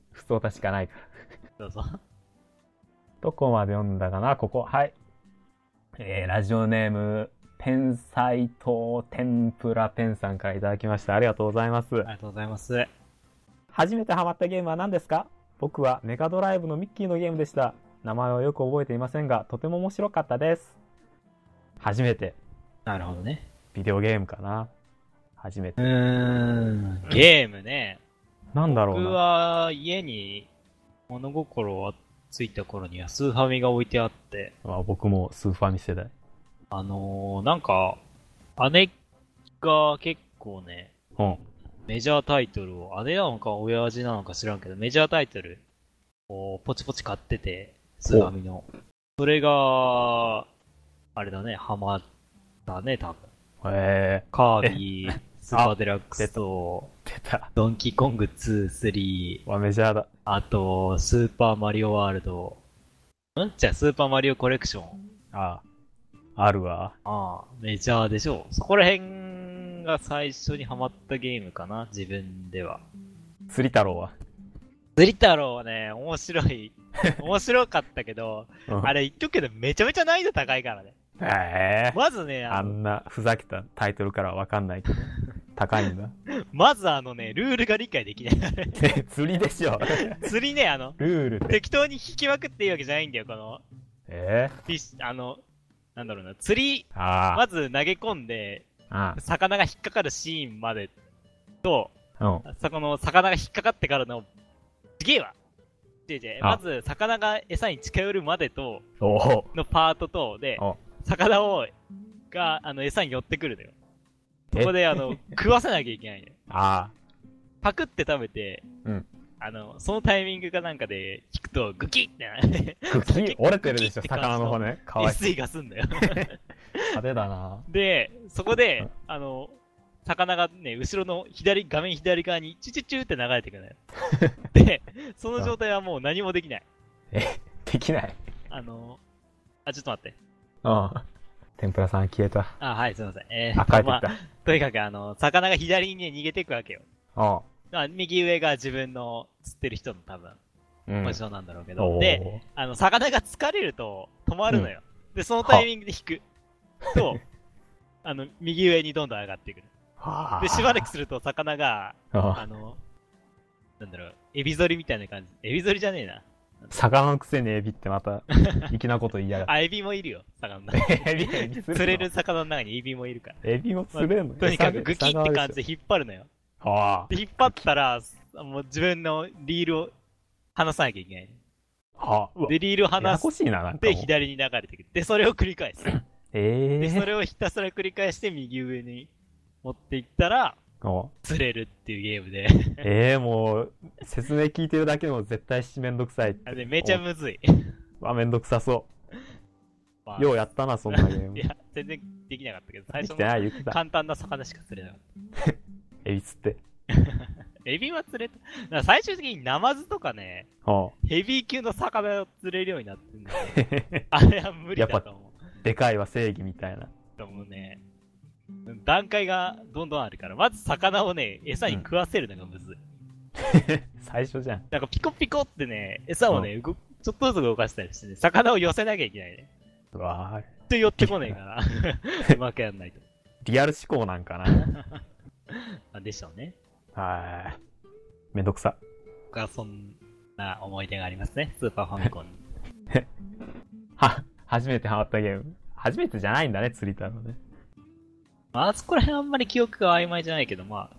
普通歌しかないから。
どうぞ。
どこまで読んだかな、ここ。はい。えー、ラジオネーム、天才と天ぷらペンさんからいただきました。ありがとうございます。
ありがとうございます。
初めてハマったゲームは何ですか？僕はメガドライブのミッキーのゲームでした。名前はよく覚えていませんが、とても面白かったです。初めて。
なるほどね。
ビデオゲームかな。初めて。
うーん。ゲームね。
なんだろうな。
僕は家に物心はついた頃にはスーファミが置いてあって、
あ、僕もスーファミ世代。
あのー、なんか、姉が結構ね、
うん。
メジャータイトルを、姉なのか親父なのか知らんけど、メジャータイトルをポチポチ買ってて、スーファミの。それが、あれだね、ハマったね、多分。
へえ
カービィ、スーパーデラックスと、
ー、出た。
ドンキーコングツー、スリー、
わ、メジャーだ。
あと、スーパーマリオワールド。んじゃあ、スーパーマリオコレクション。
ああ、あるわ。
ああ、メジャーでしょ。そこら辺が最初にハマったゲームかな、自分では。
釣り太郎は。
釣り太郎はね、面白い。面白かったけど、
うん
あれ言っとくけどめちゃめちゃ難易度高いからね。
へえ。
まずね、
あ
あの、
んなふざけたタイトルからはわかんないけど。高いんだ。
まずあのね、ルールが理解できない。
釣りでしょ。
釣りね、あの、
ルールって。
適当に引きまくっていいわけじゃないんだよ、この、
えー、
フィッシュ、あの、なんだろうな、釣り、
あ
まず投げ込んで、
あ。
魚が引っかかるシーンまでと、
うん。
そこの魚が引っかかってからの、すげえわ違う違う
あ
まず、魚が餌に近寄るまでと、
おお。
のパートと、で、
お
魚を、が、あの、餌に寄ってくるのよ。そ
え
こで、あの、食わせなきゃいけないのよ。
あ
パクって食べて、
うん
あの、そのタイミングかなんかで、引くと、グキッってなる。
あ。茎折れてるでしょ、
グキッて
魚の骨。かわいそう。
一水がすんだよ。
派手だな。
で、そこで、あの、魚がね、後ろの左、画面左側にチュチュチュって流れてくるのよ。で、その状態はもう何もできない。
え、できない。
あの、あ、ちょっと待って。
うん。天ぷらさん消えた。
あ、はい、すいません。えー、
あ、帰ってき
まあ
た。
とにかくあの、魚が左にね、逃げていくわけよ。
あ
まあ、右上が自分の釣ってる人の多分、
うん。
ポジションなんだろうけど。
おー
で、あの、魚が疲れると止まるのよ。で、そのタイミングで引く。と、あの、右上にどんどん上がってくる。
はあ。
で、しばらくすると魚が、
あ
あの、なんだろう、エビ反りみたいな感じ。エビ反りじゃねえな。
魚のくせにエビってまた、粋なこと言いやがっ
あ、エビもいるよ、魚の中に。
て。エビ、エビ釣
釣れる魚の中にエビもいるから。
エビも釣れんの、
とにかくグキって感じで引っ張るのよ。
は
で、引っ張ったら、もう自分のリールを離さなきゃいけない。
あ。はあ。うわ、
で、リールを
やや
離し
こしいな、なんか
て
もう。
左に流れてくる。で、それを繰り返す。
ええ
で、それをひたすら繰り返して右上に持っていったら、
も
釣れるっていうゲームで。
うええもう、説明聞いてるだけでも絶対しめんどくさい。
あれめちゃむずい。
わ、めんどくさそ
まあ
う。ようやったな、そんなゲーム。
いや、全然できなかったけど、最初
できてない、言って
の
た。
簡単な魚しか釣れなかっ
エビ釣って。
た。エビは釣れた。だから最終的にナマズとかね、
は
ヘビー級の魚を釣れるようになってんだよ。
あ。
あれは無理だと思う。
でかいは正義みたいな。
でもね、段階がどんどんあるから、まず魚をね、餌に食わせるのがむずい。
最初じゃん。
なんかピコピコってね、餌をね、動くちょっとずつ動かしたりしてね、魚を寄せなきゃいけないね。
うわぁ。
と寄ってこねえから、うまくやんないと。
リアル思考なんかな。
あでしょうね。
はい。めんどくさ。
僕はそんな思い出がありますね、スーパーファミコンに。
は、初めてハマったゲーム。初めてじゃないんだね、釣りたのね。
まあ、あそこら辺あんまり記憶が曖昧じゃないけど、まあ。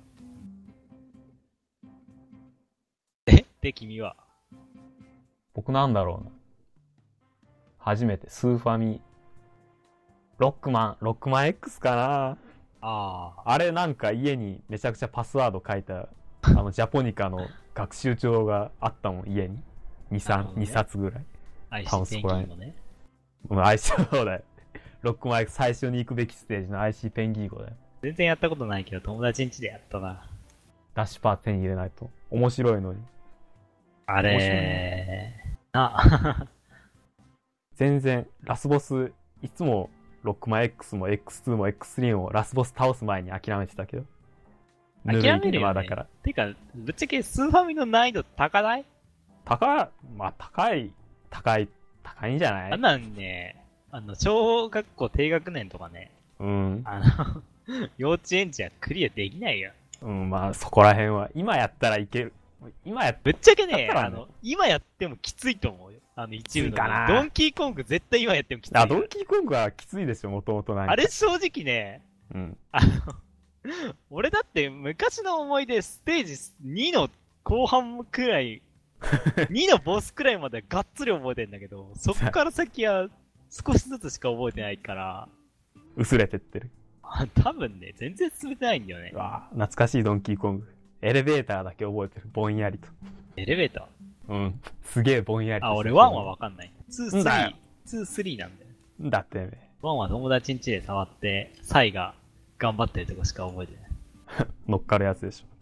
えで、君は
僕なんだろうな。初めて、スーファミ。ロックマン、ロックマン X かな。
ああ。
あれなんか家にめちゃくちゃパスワード書いた、あの、ジャポニカの学習帳があったもん、家に。に、さん、
なるほどね
にさつぐらい。
アイシー
多分そこら辺
ペンギンもね。
もう相性だよ。ロックマン X 最初に行くべきステージの アイシー ペンギーゴだよ。
全然やったことないけど、友達ん家でやったな。
ダッシュパー手に入れないと。面白いのに。
あれー。な
全然、ラスボス、いつもロックマン X も エックスツー も エックススリー もラスボス倒す前に諦めてたけど。
諦めるよ、ね。
ぬるいゲーマーだから。
てか、ぶっちゃけスーファミの難易度高ない
高い、まあ高い、高い、高いんじゃない
あんなんね、あの、小学校低学年とかね、
うん。
あの、幼稚園児はクリアできないよ。
うん、まあそこら辺は。今やったらいける。今やっ
ぶっちゃけね、
だったらね
あの、今やってもきついと思うよ。あの、一部の、
きついかな
ドンキーコング絶対今やってもきついよ。
あ、ドンキーコングはきついでしょ、もともとなんか。
あれ正直ね、
うん。
あの、俺だって昔の思い出ステージにの後半くらい、にのボスくらいまでがっつり覚えてんだけど、そっから先は少しずつしか覚えてないから、
薄れてってる。
あ多分ね、全然進めてないんだよね
う。わ懐かしいドンキーコング。エレベーターだけ覚えてる。ぼんやりと。
エレベーター
うん。すげえぼんやりと。
あ、俺ワンはわかんない。に、
んだよ
さん、に、さんなんだよ。
だってね、
ワンは友達ん家で触って、サイが頑張ってるとこしか覚えてない。
乗っかるやつでしょ。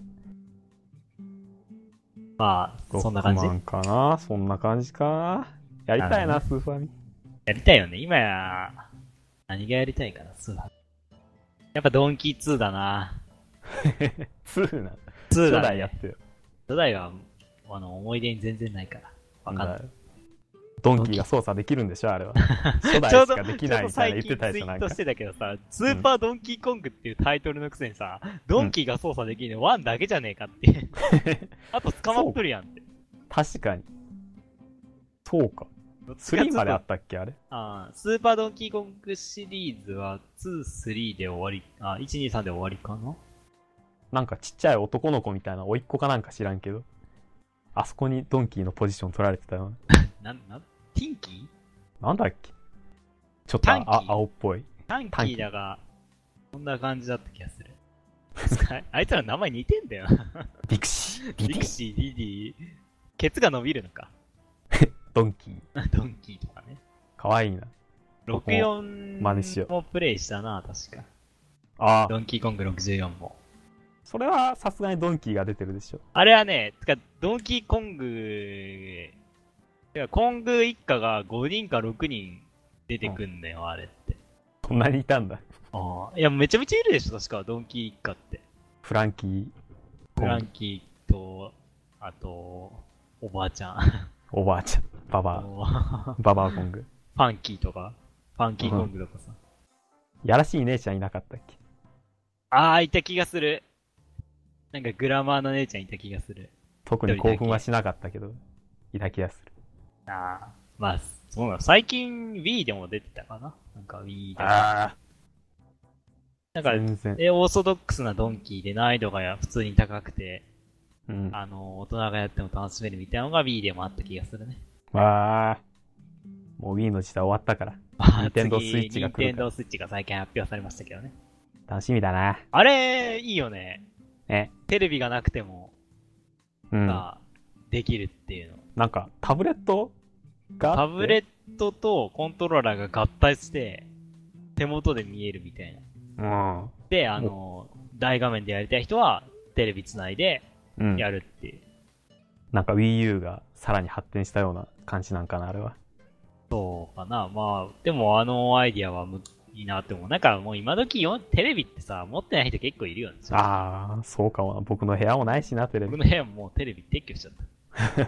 まあ、そんな感じ。
ロックマンかなそんな感じかなやりたいな、スーファミ。
やりたいよね。今や、何がやりたいかな、スーファミ。やっぱドンキーツーだな。
ツーな。
ツーだ、ね。
初代やってよ。
初代は、あの、思い出に全然ないから。わかんない。
ドンキーが操作できるんでしょあれは。初代しかできないみたいな言ってたやつなんか。
ツイートしてたけどさ、スーパードンキーコングっていうタイトルのくせにさ、うん、ドンキーが操作できるのワンだけじゃねえかって。あと捕まっとるやんって。
確かに。そうか。スリーまであったっけあれ
ああ、スーパードンキーコングシリーズはに、さんで終わり、あ、いち、に、さんで終わりかな
なんかちっちゃい男の子みたいな甥っ子かなんか知らんけど、あそこにドンキーのポジション取られてたよ
な。な、な、ティンキー
なんだっけちょっとあ青っぽい。
タンキーだが、そんな感じだった気がする。あいつら名前似てんだよ。
ディクシー、
ディクシー、ディディ。ケツが伸びるのか。
ドンキ
ー。ドンキーとかね。
かわいいな。
ろくじゅうよん
真似しよう
もプレイしたな、確か。
ああ。
ドンキーコングろくじゅうよんも。
それはさすがにドンキーが出てるでしょ。
あれはね、つか、ドンキーコング、てか、コング一家がごにんかろくにん出てくんだよ、うん、あれって。
そんなにいたんだ。
ああ。いや、めちゃめちゃいるでしょ、確か、ドンキー一家って。
フランキー。
フランキーと、あと、おばあちゃん。
おばあちゃん。ババア。ババアコング。
ファンキーとか、ファンキーコングとかさ。
うん、やらしい姉ちゃんいなかったっけ
ああ、いた気がする。なんかグラマーの姉ちゃんいた気がする。
特に興奮はしなかったけど、いた気がする。
ああ、まあ、そうなの。最近 Wii でも出てたかななんか Wii でも。
ああ。
なんか、え、オーソドックスなドンキーで難易度が普通に高くて、うん、あの、大人がやっても楽しめるみたいなのが Wii でもあった気がするね。
わあ。もう Wii の時代終わったから。ニンテンドースイッチが来るから。ニンテンドー
スイッチが最近発表されましたけどね。
楽しみだな。
あれ、いいよね。
え
テレビがなくても、うん、できるっていうの。
なんか、タブレットが
タブレットとコントローラーが合体して、手元で見えるみたい
な。うん。
で、あの、大画面でやりたい人は、テレビつないで、やるっていう、うん。
なんか Wii U がさらに発展したような感じなんかな、あれは。
そうかな。まあ、でもあのアイディアはむいいなって思う。なんかもう今時よ、テレビってさ、持ってない人結構いるよね。
ああ、そうかもな。僕の部屋もないしな、テレビ。
僕の部屋ももうテレビ撤去しちゃった。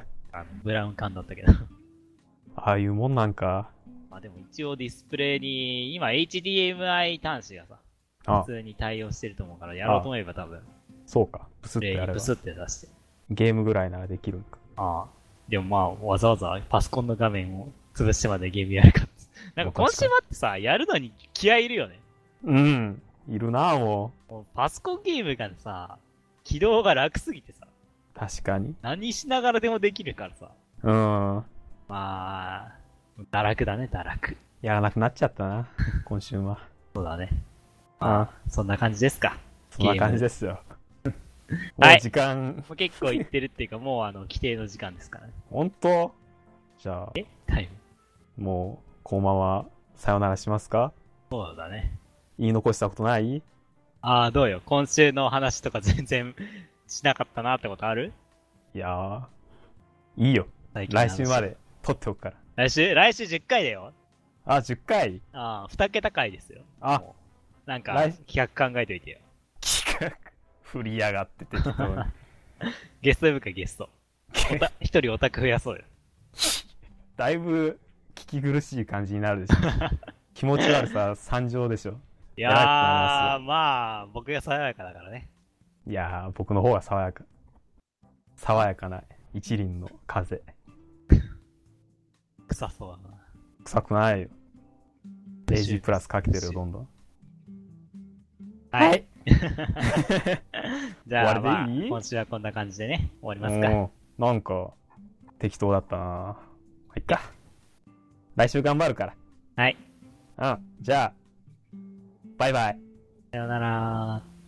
あの、ブラウン管だったけど。
ああいうもんなんか。
まあでも一応ディスプレイに、今 エイチディーエムアイ 端子がさ、普通に対応してると思うから、やろうと思えば多分。
そうか。ブスってやれば。
ブスって出して。
ゲームぐらいならできるんか。
ああ。でもまあ、わざわざパソコンの画面を潰してまでゲームやるかって。なんか今週末ってさ、やるのに気合いるよね。
うん。いるなぁ、も
う。もうパソコンゲームがさ、起動が楽すぎてさ。
確かに。
何しながらでもできるからさ。
うん。
まあ、堕落だね、堕落。
やらなくなっちゃったな、今週は。
そうだね。まあ、そんな感じですか。
そんな感じですよ。もう時間、
もう結構いってるっていうか、もうあの、規定の時間ですからね。
ほんとじゃあ。
えタイ
ムもう、このまま、さよならしますか？
そうだね。
言い残したことない？
ああ、どうよ。今週の話とか全然しなかったなってことある？
いやー、いいよ。来週まで撮っておくから。
来週来週じゅっかいだよ。
あ、じゅっかい？
ああ、に桁回ですよ。
あ、
なんか、企画考えといてよ。
企画振りやがって適当に。
ゲスト呼ぶか、ゲスト。
ゲけ
おた一人オタク増やそうよ。
だいぶ聞き苦しい感じになるでしょ。気持ち悪さ参上でしょ。
いやー、
偉いと思いますよ
まあ、僕が爽やかだからね。
いやー、僕の方が爽やか。爽やかな一輪の風。
臭そうだな。
臭くないよ。レイジープラスかけてるよ、どんどん。
はい。じゃあ、
終わりでいい
まあ、今週はこんな感じでね、終わりますか。
うんなんか、適当だったな。はいっか。来週頑張るから。
はい。
うん。じゃあ、バイバイ。
さよなら。